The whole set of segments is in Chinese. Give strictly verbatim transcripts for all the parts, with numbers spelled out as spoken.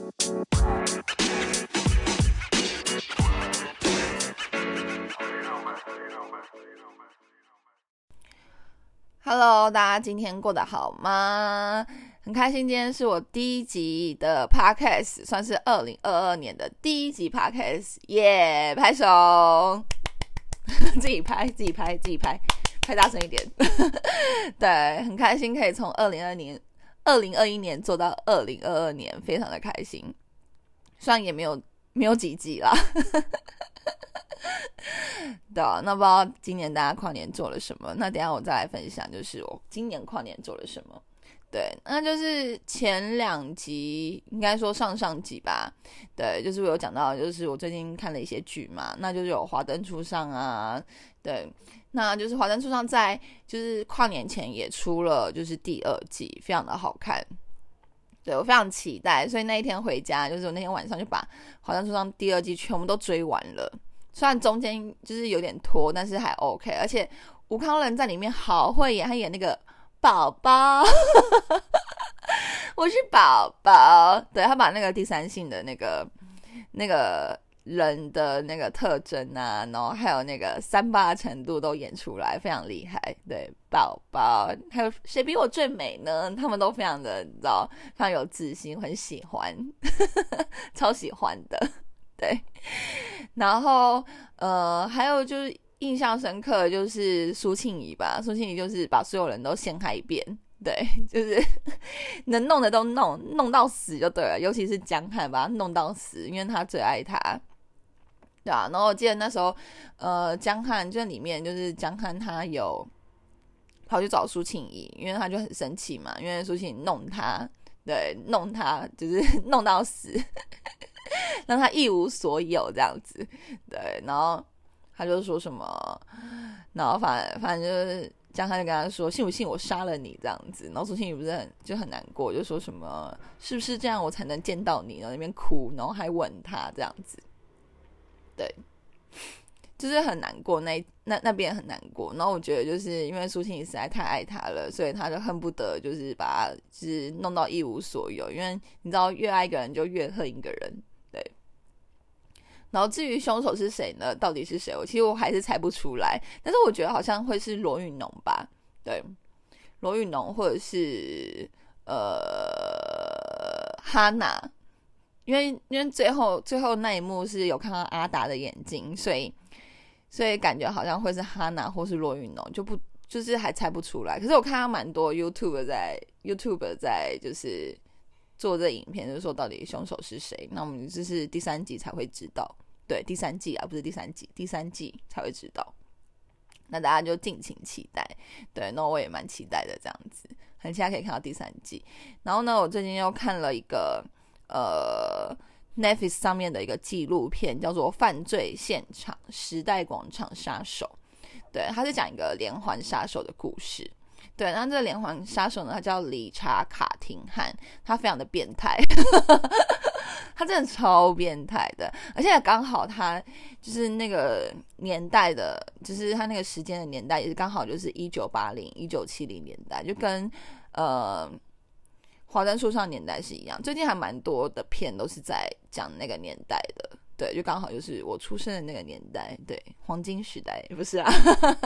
Hello， 大家今天过得好吗？很开心，今天是我第一集的 Podcast， 算是二零二二年的第一集 Podcast， 耶、yeah, 拍手，自己拍，自己拍，自己拍，拍大声一点。对，很开心可以从二零二零年、二零二一年做到二零二二年，非常的开心。虽然也没有没有几集啦。对啊，那不知道今年大家跨年做了什么？那等一下我再来分享，就是我今年跨年做了什么。对，那就是前两集，应该说上上集吧。对，就是我有讲到，就是我最近看了一些剧嘛，那就是有《华灯初上》啊。对，那就是《华灯初上》在就是跨年前也出了，就是第二季，非常的好看。对，我非常期待，所以那一天回家，就是我那天晚上就把《华灯初上》第二季全部都追完了。虽然中间就是有点拖，但是还 OK， 而且吴慷仁在里面好会演，他演那个宝宝，我是宝宝，对，他把那个第三性的那个那个人的那个特征啊，然后还有那个三八程度都演出来，非常厉害。对，宝宝，还有谁比我最美呢？他们都非常的，你知道，非常有自信，很喜欢，超喜欢的。对，然后呃，还有就是印象深刻的就是苏庆仪吧，苏庆仪就是把所有人都陷害一遍，对，就是能弄的都弄，弄到死就对了，尤其是江汉把他弄到死，因为他最爱他，对啊。然后我记得那时候，呃，江汉就里面就是江汉他有跑去找苏庆仪，因为他就很生气嘛，因为苏庆仪弄他，对，弄他就是弄到死。让他一无所有这样子，对，然后他就说什么，然后反正反正就是江汉就跟他说，信不信我杀了你这样子，然后苏庆仪不是很就很难过，就说什么是不是这样我才能见到你，然后那边哭，然后还吻他这样子，对，就是很难过，那那那边很难过，然后我觉得就是因为苏庆仪实在太爱他了，所以他就恨不得就是把他就是弄到一无所有，因为你知道越爱一个人就越恨一个人。然后至于凶手是谁呢？到底是谁？我其实我还是猜不出来，但是我觉得好像会是罗云农吧，对，罗云农或者是呃哈娜，因为因为最后最后那一幕是有看到阿达的眼睛，所以所以感觉好像会是哈娜或是罗云农，就不就是还猜不出来。可是我看到蛮多 YouTube 在 YouTube 在就是做这影片，就是说到底凶手是谁，那我们就是第三集才会知道。对，第三季啊，不是第三季，第三季才会知道。那大家就敬请期待。对，那我也蛮期待的，这样子，很期待可以看到第三季。然后呢，我最近又看了一个呃 Netflix 上面的一个纪录片，叫做《犯罪现场：时代广场杀手》。对，他是讲一个连环杀手的故事。对，那这个连环杀手呢，他叫理查卡廷汉，他非常的变态。他真的超变态的，而且刚好他就是那个年代的，就是他那个时间的年代也是刚好就是一九八零、一九七零年代，就跟呃华灯初上年代是一样。最近还蛮多的片都是在讲那个年代的，对，就刚好就是我出生的那个年代，对，黄金时代不是啊，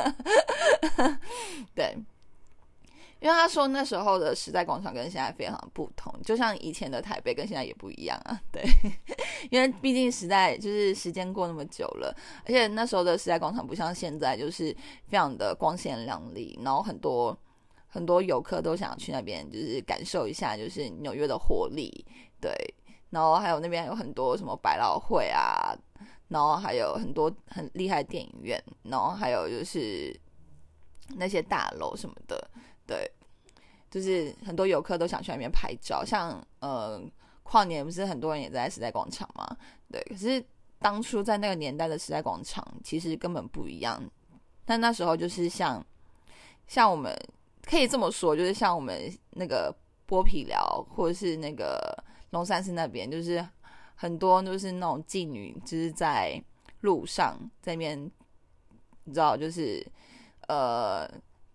对。因为他说那时候的时代广场跟现在非常不同，就像以前的台北跟现在也不一样啊，对，因为毕竟时代就是时间过那么久了，而且那时候的时代广场不像现在就是非常的光鲜亮丽，然后很多很多游客都想去那边就是感受一下就是纽约的活力，对，然后还有那边有很多什么百老汇啊，然后还有很多很厉害的电影院，然后还有就是那些大楼什么的。对，就是很多游客都想去那边拍照，像呃跨年不是很多人也在时代广场嘛？对，可是当初在那个年代的时代广场其实根本不一样，但那时候就是像像我们可以这么说，就是像我们那个剥皮寮或者是那个龙山寺那边，就是很多就是那种妓女，就是在路上在那边，你知道，就是呃。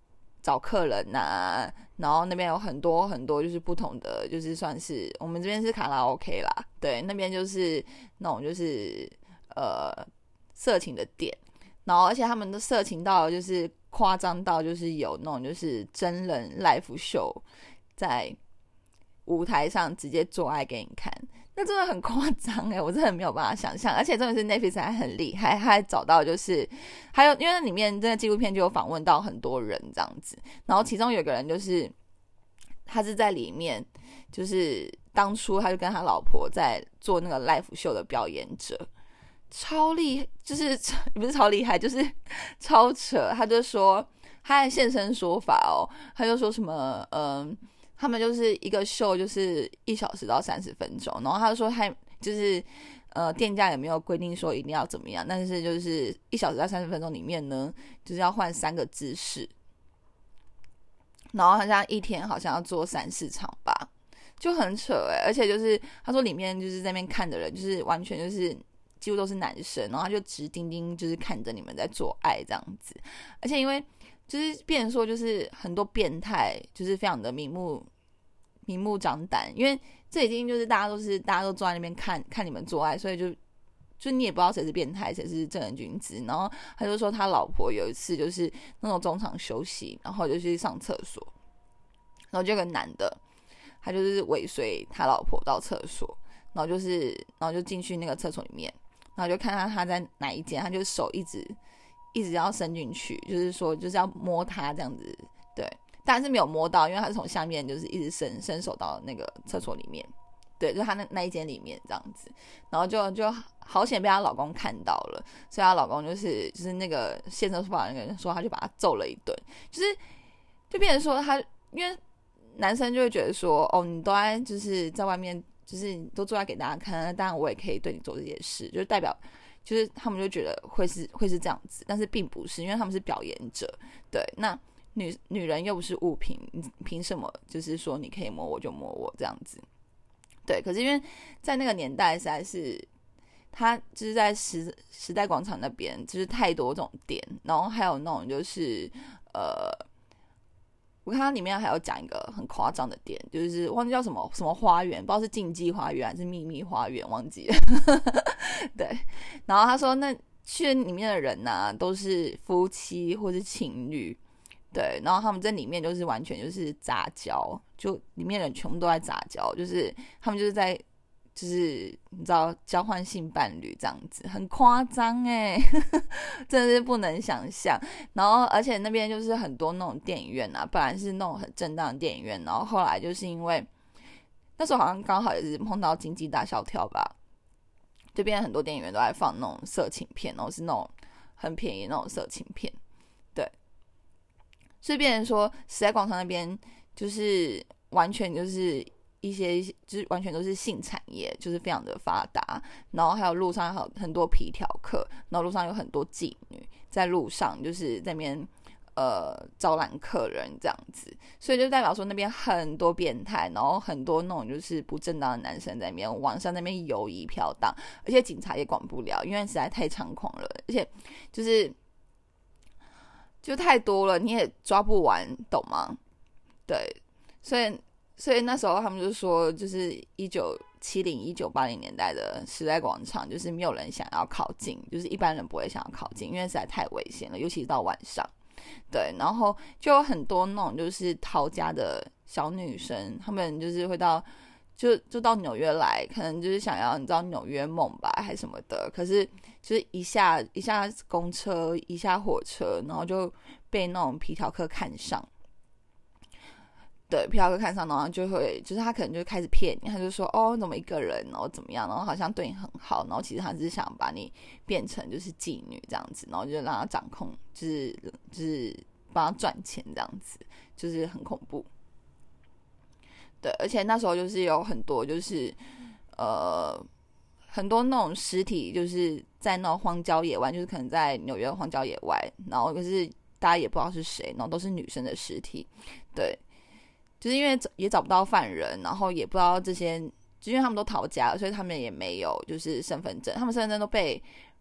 找客人啊，然后那边有很多很多就是不同的，就是算是我们这边是卡拉 OK 啦，对，那边就是那种就是呃色情的店，然后而且他们的色情到就是夸张到就是有那种就是真人 live show 在舞台上直接做爱给你看，那真的很夸张哎，我真的没有办法想象。而且真的是 Netflix 还很厉害，他还找到就是还有因为里面这个纪录片就有访问到很多人这样子，然后其中有一个人就是他是在里面就是当初他就跟他老婆在做那个 live show 的表演者，超厉害，就是不是超厉害，就是超扯。他就说他还现身说法哦，他就说什么嗯。呃他们就是一个秀，就是一小时到三十分钟，然后他就说他就是呃店家也没有规定说一定要怎么样，但是就是一小时到三十分钟里面呢，就是要换三个姿势，然后好像一天好像要做三四场吧，就很扯哎、欸，而且就是他说里面就是在那边看的人，就是完全就是几乎都是男生，然后他就直盯盯就是看着你们在做爱这样子，而且因为。就是变成说，就是很多变态，就是非常的明目明目张胆，因为这已经就是大家都是大家都坐在那边看看你们做爱，所以就就你也不知道谁是变态，谁是正人君子。然后他就说他老婆有一次就是那种中场休息，然后就去上厕所，然后就有个男的，他就是尾随他老婆到厕所，然后就是然后就进去那个厕所里面，然后就看他他在哪一间，他就手一直。一直要伸进去，就是说就是要摸他这样子，对，但是没有摸到，因为他是从下面就是一直伸伸手到那个厕所里面，对，就是他那那一间里面这样子，然后就就好险被她老公看到了，所以她老公就是就是那个现身说法那个人说，他就把他揍了一顿，就是就变成说他，因为男生就会觉得说，哦，你都在就是在外面，就是你都做来给大家看，当然我也可以对你做这些事，就是代表。就是他们就觉得会是会是这样子，但是并不是，因为他们是表演者，对。那女女人又不是物品，你凭什么就是说你可以摸我就摸我这样子？对。可是因为在那个年代，实在是他就是在时时代广场那边，就是太多这种店，然后还有那种就是呃。我看它里面还有讲一个很夸张的店，就是忘记叫什么什么花园，不知道是竞技花园还是秘密花园，忘记了。对，然后他说那去里面的人呢、啊，都是夫妻或是情侣，对，然后他们在里面就是完全就是杂交，就里面的人全部都在杂交，就是他们就是在。就是你知道交换性伴侣这样子，很夸张哎，真的是不能想象。然后而且那边就是很多那种电影院啊，本来是那种很正当的电影院，然后后来就是因为那时候好像刚好也是碰到经济大萧条吧，这边很多电影院都在放那种色情片，然后是那种很便宜那种色情片，对。所以变成说时代广场那边就是完全就是。一些就是完全都是性产业，就是非常的发达，然后还有路上还有很多皮条客，然后路上有很多妓女在路上，就是在那边呃招揽客人这样子，所以就代表说那边很多变态，然后很多那种就是不正当的男生在那边晚上那边游移飘荡，而且警察也管不了，因为实在太猖狂了，而且就是就太多了，你也抓不完，懂吗？对，所以。所以那时候他们就说，就是一九七零、一九八零年代的时代广场，就是没有人想要靠近，就是一般人不会想要靠近，因为实在太危险了，尤其是到晚上。对，然后就有很多那种就是逃家的小女生，她们就是会到就就到纽约来，可能就是想要你知道纽约梦吧，还是什么的。可是就是一下一下公车，一下火车，然后就被那种皮条客看上。对，皮条客看上，然后就会，就是他可能就开始骗你，他就说，哦，怎么一个人，然后怎么样，然后好像对你很好，然后其实他只是想把你变成就是妓女这样子，然后就让他掌控，就是就是帮他赚钱这样子，就是很恐怖。对，而且那时候就是有很多就是呃很多那种尸体，就是在那种荒郊野外，就是可能在纽约荒郊野外，然后可是大家也不知道是谁，然后都是女生的尸体，对。就是因为也找不到犯人，然后也不知道这些，就因为他们都逃家了，所以他们也没有就是身份证，他们身份证都被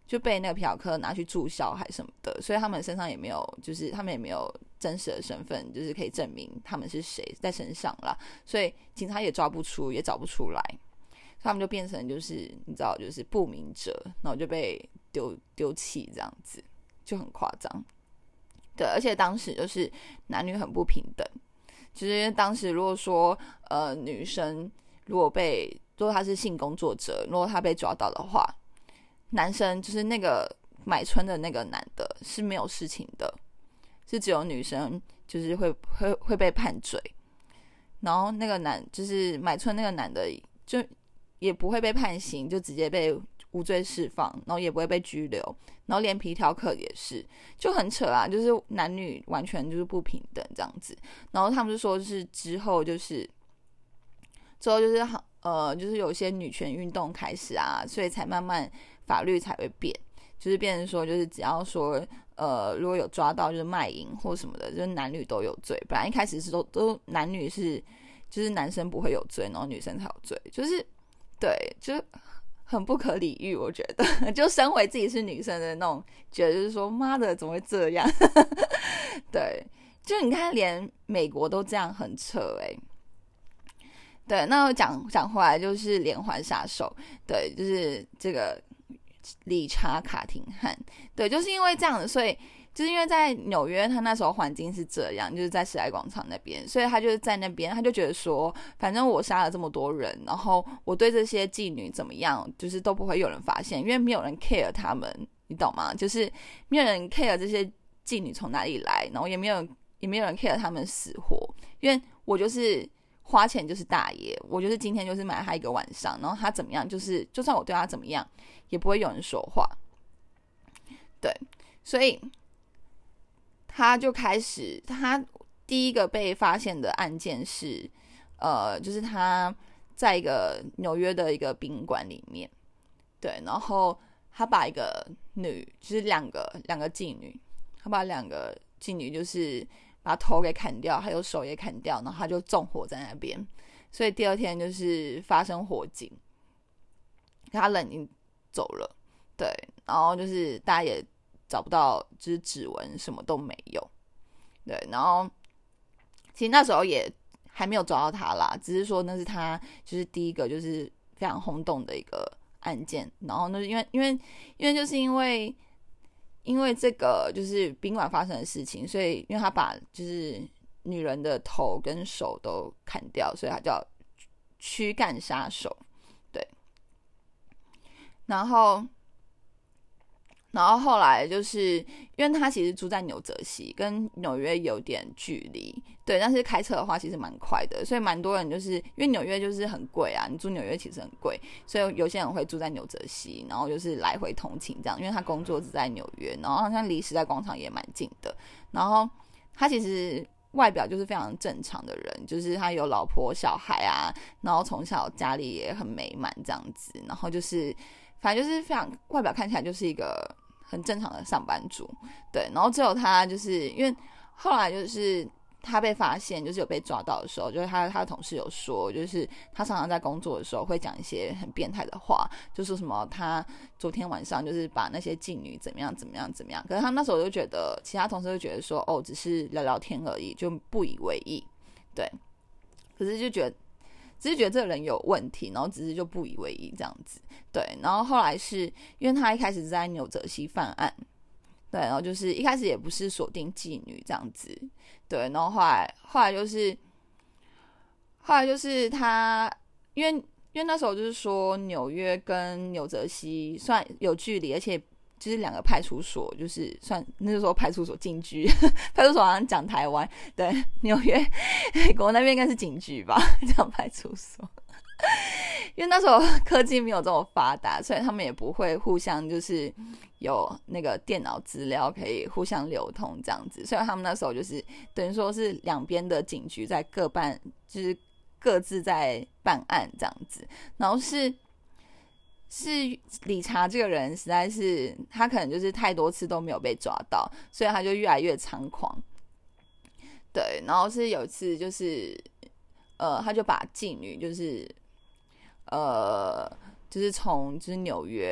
就被那个皮条客拿去注销还什么的，所以他们身上也没有，就是他们也没有真实的身份，就是可以证明他们是谁在身上啦，所以警察也抓不出，也找不出来，所以他们就变成就是你知道，就是不明者，然后就被丢丢弃这样子，就很夸张。对，而且当时就是男女很不平等，就是因为当时如果说呃女生如果被如果她是性工作者，如果她被抓到的话，男生就是那个买春的那个男的是没有事情的，是只有女生就是会会会被判罪，然后那个男就是买春那个男的就也不会被判刑，就直接被无罪释放，然后也不会被拘留，然后连皮条客也是，就很扯啊，就是男女完全就是不平等这样子。然后他们就说，就是之后就是之后就是呃，就是有一些女权运动开始啊，所以才慢慢法律才会变，就是变成说，就是只要说呃，如果有抓到就是卖淫或什么的，就是男女都有罪。本来一开始是都都男女是就是男生不会有罪，然后女生才有罪，就是对，就很不可理喻，我觉得就身为自己是女生的那种觉得，就是说妈的怎么会这样对，就你看连美国都这样，很扯欸。对，那讲讲回来就是连环杀手，对，就是这个理查卡廷汉，对，就是因为这样的，所以就是因为在纽约，他那时候环境是这样，就是在时代广场那边，所以他就是在那边，他就觉得说，反正我杀了这么多人，然后我对这些妓女怎么样，就是都不会有人发现，因为没有人 care 他们，你懂吗？就是没有人 care 这些妓女从哪里来，然后也没有也没有人 care 他们死活，因为我就是花钱就是大爷，我就是今天就是买他一个晚上，然后他怎么样，就是就算我对他怎么样，也不会有人说话。对，所以他就开始，他第一个被发现的案件是，呃，就是他在一个纽约的一个宾馆里面，对，然后他把一个女，就是两个两个妓女，他把两个妓女就是把头给砍掉，还有手也砍掉，然后他就纵火在那边，所以第二天就是发生火警，他人已经走了，对，然后就是大家也找不到，就是指纹什么都没有，对，然后其实那时候也还没有抓到他啦，只是说那是他就是第一个就是非常轰动的一个案件，然后那因为因为因为就是因为因为这个就是宾馆发生的事情，所以因为他把就是女人的头跟手都砍掉，所以他叫躯干杀手，对，然后。然后后来就是因为他其实住在纽泽西，跟纽约有点距离，对，但是开车的话其实蛮快的，所以蛮多人就是因为纽约就是很贵啊，你住纽约其实很贵，所以有些人会住在纽泽西，然后就是来回通勤这样，因为他工作是在纽约，然后好像离时代广场也蛮近的，然后他其实外表就是非常正常的人，就是他有老婆小孩啊，然后从小家里也很美满这样子，然后就是反正就是非常外表看起来就是一个很正常的上班族，对，然后只有他就是因为后来就是他被发现，就是有被抓到的时候，就是他他的同事有说，就是他常常在工作的时候会讲一些很变态的话，就说什么他昨天晚上就是把那些妓女怎么样怎么样怎么样，可是他那时候就觉得，其他同事就觉得说，哦，只是聊聊天而已，就不以为意，对，可是就觉得。只是觉得这个人有问题，然后只是就不以为意这样子，对。然后后来是因为他一开始是在纽泽西犯案，对，然后就是一开始也不是锁定妓女这样子，对。然后后来后来就是后来就是他，因为因为那时候就是说纽约跟纽泽西算有距离，而且就是两个派出所，就是算那时候派出所警局，派出所好像讲台湾，对，纽约美国那边应该是警局吧，讲派出所。因为那时候科技没有这么发达，所以他们也不会互相就是有那个电脑资料可以互相流通这样子，所以他们那时候就是等于说是两边的警局在各办，就是各自在办案这样子，然后是。是理查这个人实在是他可能就是太多次都没有被抓到，所以他就越来越猖狂。对，然后是有一次就是呃，他就把妓女就是呃，就是从就是纽约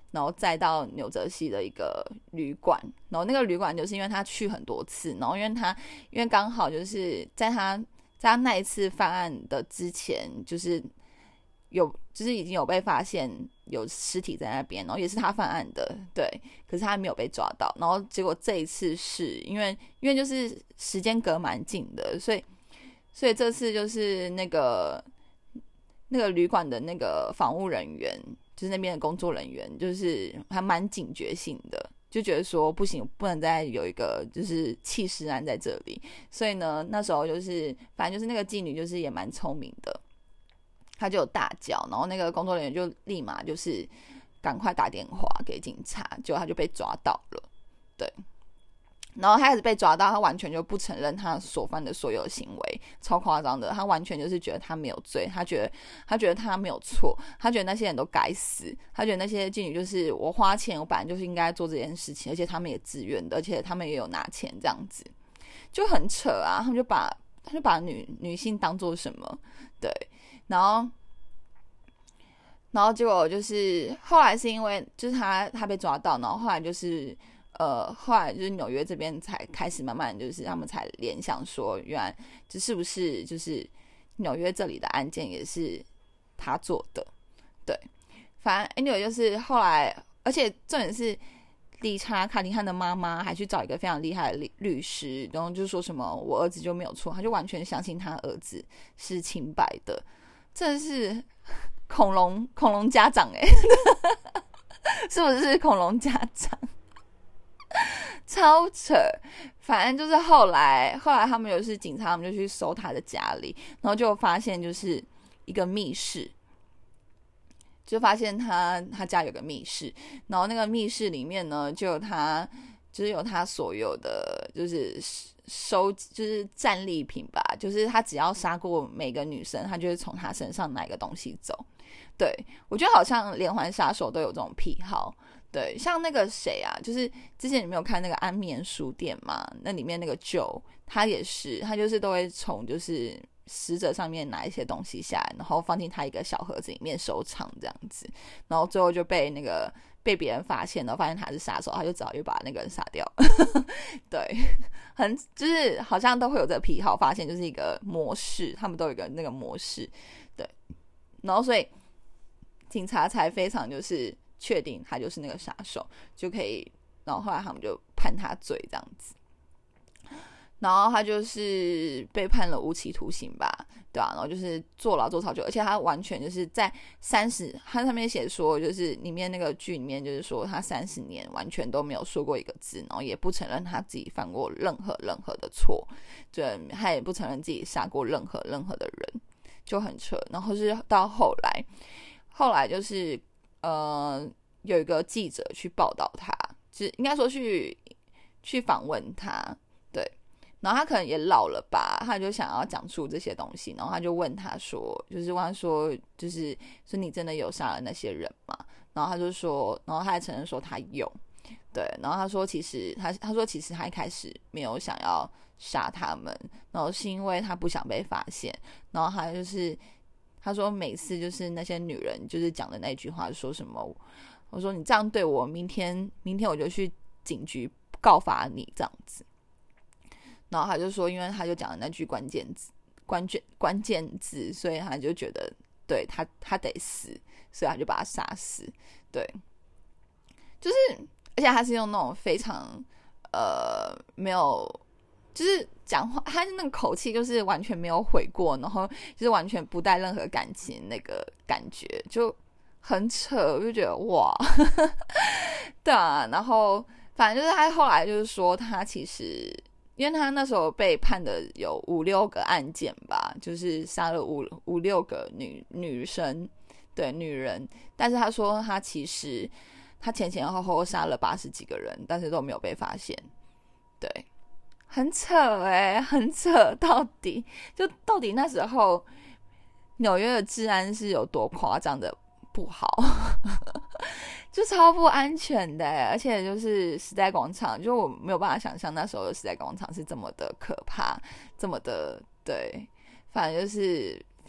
然后再到纽泽西的一个旅馆，然后那个旅馆就是因为他去很多次，然后因为他因为刚好就是在他在他那一次犯案的之前，就是有就是已经有被发现有尸体在那边，然后也是他犯案的，对，可是他没有被抓到，然后结果这一次是因为因为就是时间隔蛮近的，所以所以这次就是那个那个旅馆的那个防务人员，就是那边的工作人员，就是还蛮警觉性的，就觉得说不行，不能再有一个就是弃尸案在这里，所以呢，那时候就是反正就是那个妓女就是也蛮聪明的，她就有大叫，然后那个工作人员就立马就是赶快打电话给警察，结果他就被抓到了，对。然后他开始被抓到，他完全就不承认他所犯的所有行为，超夸张的。他完全就是觉得他没有罪，他觉得他觉得他没有错，他觉得那些人都该死，他觉得那些妓女就是我花钱，我本来就是应该做这件事情，而且他们也自愿的，而且他们也有拿钱，这样子就很扯啊。他们就把他就把女女性当做什么？对，然后。然后结果就是后来是因为就是他他被抓到，然后后来就是呃后来就是纽约这边才开始慢慢就是他们才联想说，原来就是不是就是纽约这里的案件也是他做的，对，反正 anyway 就是后来，而且重点是理查卡林汉的妈妈还去找一个非常厉害的律律师，然后就说什么我儿子就没有错，他就完全相信他儿子是清白的，真的是。恐龙恐龙家长哎、欸，是不是恐龙家长？超扯！反正就是后来，后来他们有是警察，他们就去搜他的家里，然后就发现就是一个密室，就发现他他家有个密室，然后那个密室里面呢，就有他就是有他所有的就是收就是战利品吧，就是他只要杀过每个女生，他就会从他身上拿一个东西走。对，我觉得好像连环杀手都有这种癖好。对，像那个谁啊，就是之前你没有看那个安眠书店嘛？那里面那个 Joe， 他也是，他就是都会从就是死者上面拿一些东西下来，然后放进他一个小盒子里面收藏这样子，然后最后就被那个被别人发现，然后发现他是杀手，他就早就把那个人杀掉。对，很就是好像都会有这个癖好，发现就是一个模式，他们都有一个那个模式，对，然后所以。警察才非常就是确定他就是那个杀手，就可以，然后后来他们就判他罪这样子，然后他就是被判了无期徒刑吧，对啊，然后就是坐牢坐超久，而且他完全就是在三十，他上面写说就是里面那个剧里面就是说他三十年完全都没有说过一个字，然后也不承认他自己犯过任何任何的错，就他也不承认自己杀过任何任何的人，就很扯。然后是到后来。后来就是呃有一个记者去报道他，就是应该说去去访问他，对，然后他可能也老了吧，他就想要讲出这些东西，然后他就问他说，就是问他说，就是说你真的有杀了那些人吗？然后他就说，然后他还承认说他有，对，然后他说其实他他说其实他一开始没有想要杀他们，然后是因为他不想被发现，然后他就是。他说每次就是那些女人就是讲的那句话说什么，我说你这样对我，明天明天我就去警局告发你这样子。然后他就说，因为他就讲的那句关键字关键关键字，所以他就觉得对他他得死，所以他就把他杀死。对，就是而且他是用那种非常呃没有。就是讲话，他那个口气就是完全没有悔过，然后就是完全不带任何感情，那个感觉就很扯，我就觉得哇，对啊，然后反正就是他后来就是说，他其实因为他那时候被判的有五六个案件吧，就是杀了五五六个女女生，对女人，但是他说他其实他前前后后杀了八十几个人，但是都没有被发现，对。很扯哎、欸，很扯，到底就到底那时候纽约的治安是有多夸张的不好，就超不安全的、欸，而且就是时代广场，就我没有办法想象那时候的时代广场是这么的可怕，这么的对，反正就是非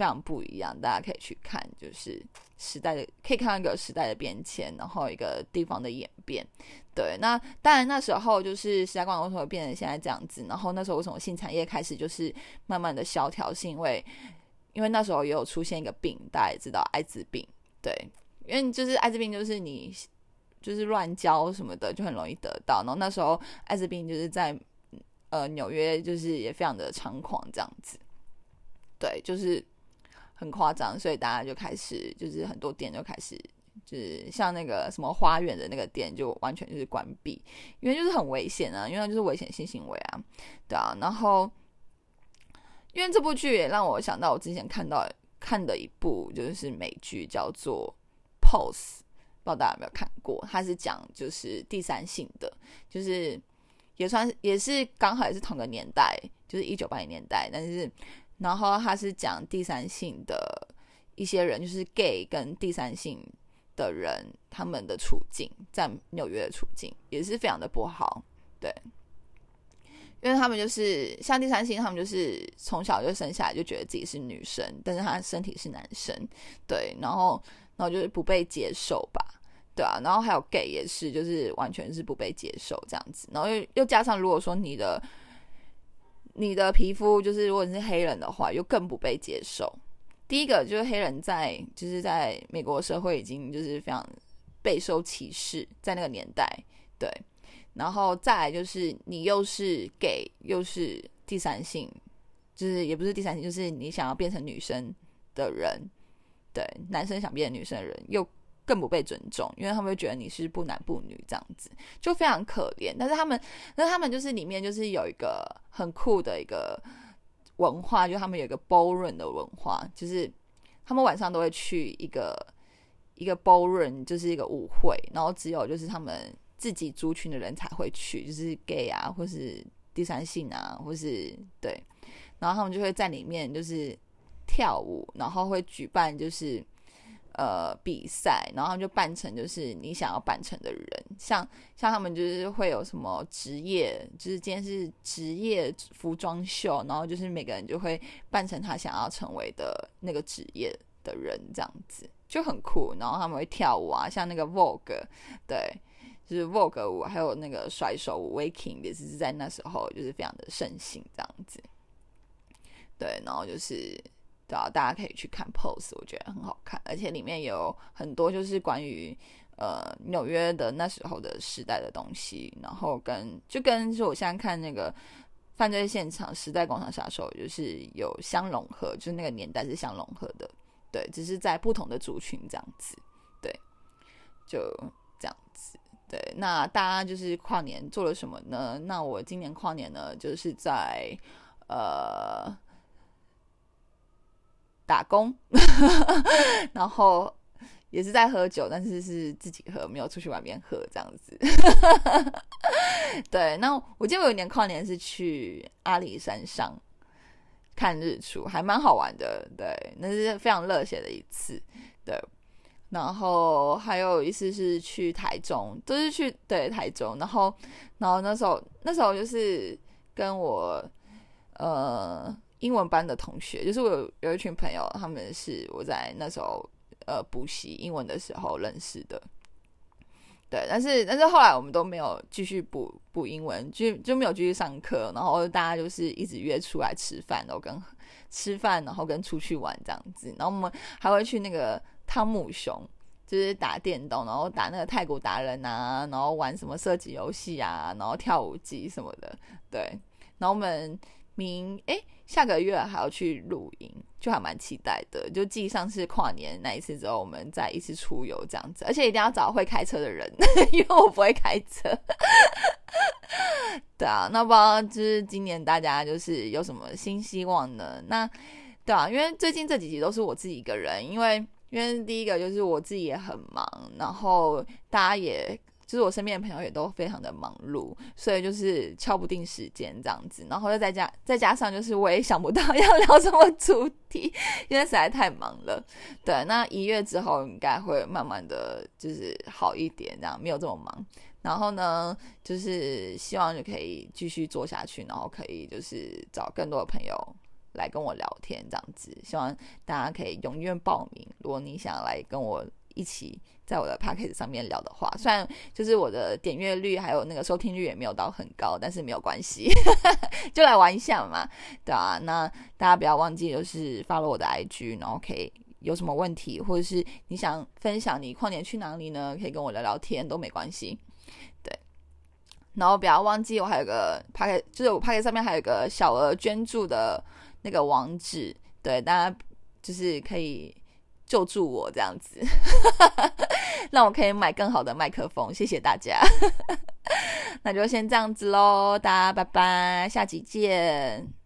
非常不一样，大家可以去看，就是时代的可以看到一个时代的变迁，然后一个地方的演变。对，那当然那时候就是时代广场为什么会变成现在这样子，然后那时候为什么性产业开始就是慢慢的萧条，是因为因为那时候也有出现一个病，大家也知道艾滋病。对，因为就是艾滋病就是你就是乱交什么的就很容易得到，然后那时候艾滋病就是在呃纽约就是也非常的猖狂这样子。对，就是很夸张，所以大家就开始就是很多店就开始就是像那个什么花园的那个店就完全就是关闭，因为就是很危险啊，因为它就是危险性行为啊。对啊，然后因为这部剧也让我想到我之前看到看的一部就是美剧叫做 Pose， 不知道大家有没有看过，它是讲就是第三性的，就是也算也是刚好也是同个年代，就是一九八零年代，但是然后它是讲第三性的一些人，就是 gay 跟第三性的人他们的处境，在纽约的处境也是非常的不好。对，因为他们就是像第三性，他们就是从小就生下来就觉得自己是女生，但是他身体是男生。对，然后然后就是不被接受吧。对啊，然后还有 gay 也是，就是完全是不被接受这样子，然后 又, 又加上如果说你的你的皮肤就是如果你是黑人的话，又更不被接受。第一个就是黑人在就是在美国社会已经就是非常备受歧视，在那个年代。对，然后再来就是你又是 gay 又是第三性，就是也不是第三性，就是你想要变成女生的人，对，男生想变成女生的人又更不被尊重，因为他们会觉得你是不男不女这样子，就非常可怜。但是他们但是他们就是里面就是有一个很酷的一个文化，就他们有一个 ballroom 的文化，就是他们晚上都会去一个一个 ballroom， 就是一个舞会，然后只有就是他们自己族群的人才会去，就是 gay 啊或是第三性啊或是对，然后他们就会在里面就是跳舞，然后会举办就是呃比赛，然后他们就扮成就是你想要扮成的人，像像他们就是会有什么职业，就是今天是职业服装秀，然后就是每个人就会扮成他想要成为的那个职业的人，这样子就很酷。然后他们会跳舞啊，像那个 Vogue， 对，就是 Vogue 舞，还有那个甩手舞 Waking 也是在那时候就是非常的盛行这样子。对，然后就是对啊，大家可以去看 Pose， 我觉得很好看，而且里面有很多就是关于呃纽约的那时候的时代的东西，然后跟就跟就我现在看那个犯罪现场时代广场杀手就是有相融合，就是那个年代是相融合的。对，只是在不同的族群这样子。对，就这样子。对，那大家就是跨年做了什么呢？那我今年跨年呢，就是在呃打工然后也是在喝酒，但是是自己喝，没有出去外面喝这样子对，那我记得我有一年跨年是去阿里山上看日出，还蛮好玩的。对，那是非常热血的一次。对，然后还有一次是去台中，都是去对台中，然后然后那时候那时候就是跟我呃英文班的同学，就是我有有一群朋友，他们是我在那时候呃补习英文的时候认识的。对，但是但是后来我们都没有继续补补英文，就就没有继续上课，然后大家就是一直约出来吃饭，然后跟吃饭，然后跟出去玩这样子，然后我们还会去那个汤姆熊，就是打电动，然后打那个太鼓达人啊，然后玩什么射击游戏啊，然后跳舞机什么的。对，然后我们明诶下个月还要去露营，就还蛮期待的。就继上次跨年那一次之后，我们再一次出游这样子，而且一定要找会开车的人因为我不会开车对啊，那不知道就是今年大家就是有什么新希望呢？那对啊，因为最近这几集都是我自己一个人，因为因为第一个就是我自己也很忙，然后大家也就是我身边的朋友也都非常的忙碌，所以就是敲不定时间这样子，然后又再加再加上就是我也想不到要聊什么主题，因为实在太忙了。对，那一月之后应该会慢慢的就是好一点，这样没有这么忙。然后呢，就是希望就可以继续做下去，然后可以就是找更多的朋友来跟我聊天这样子。希望大家可以踊跃报名，如果你想来跟我一起在我的 podcast 上面聊的话，虽然就是我的点阅率还有那个收听率也没有到很高，但是没有关系就来玩一下嘛，对啊。那大家不要忘记就是 follow 我的 I G， 然后可以有什么问题或者是你想分享你跨年去哪里呢，可以跟我聊聊天都没关系，对。然后不要忘记我还有个 podcast， 就是我 podcast 上面还有一个小额捐助的那个网址，对，大家就是可以救助我这样子让我可以买更好的麦克风，谢谢大家那就先这样子咯，大家拜拜，下集见。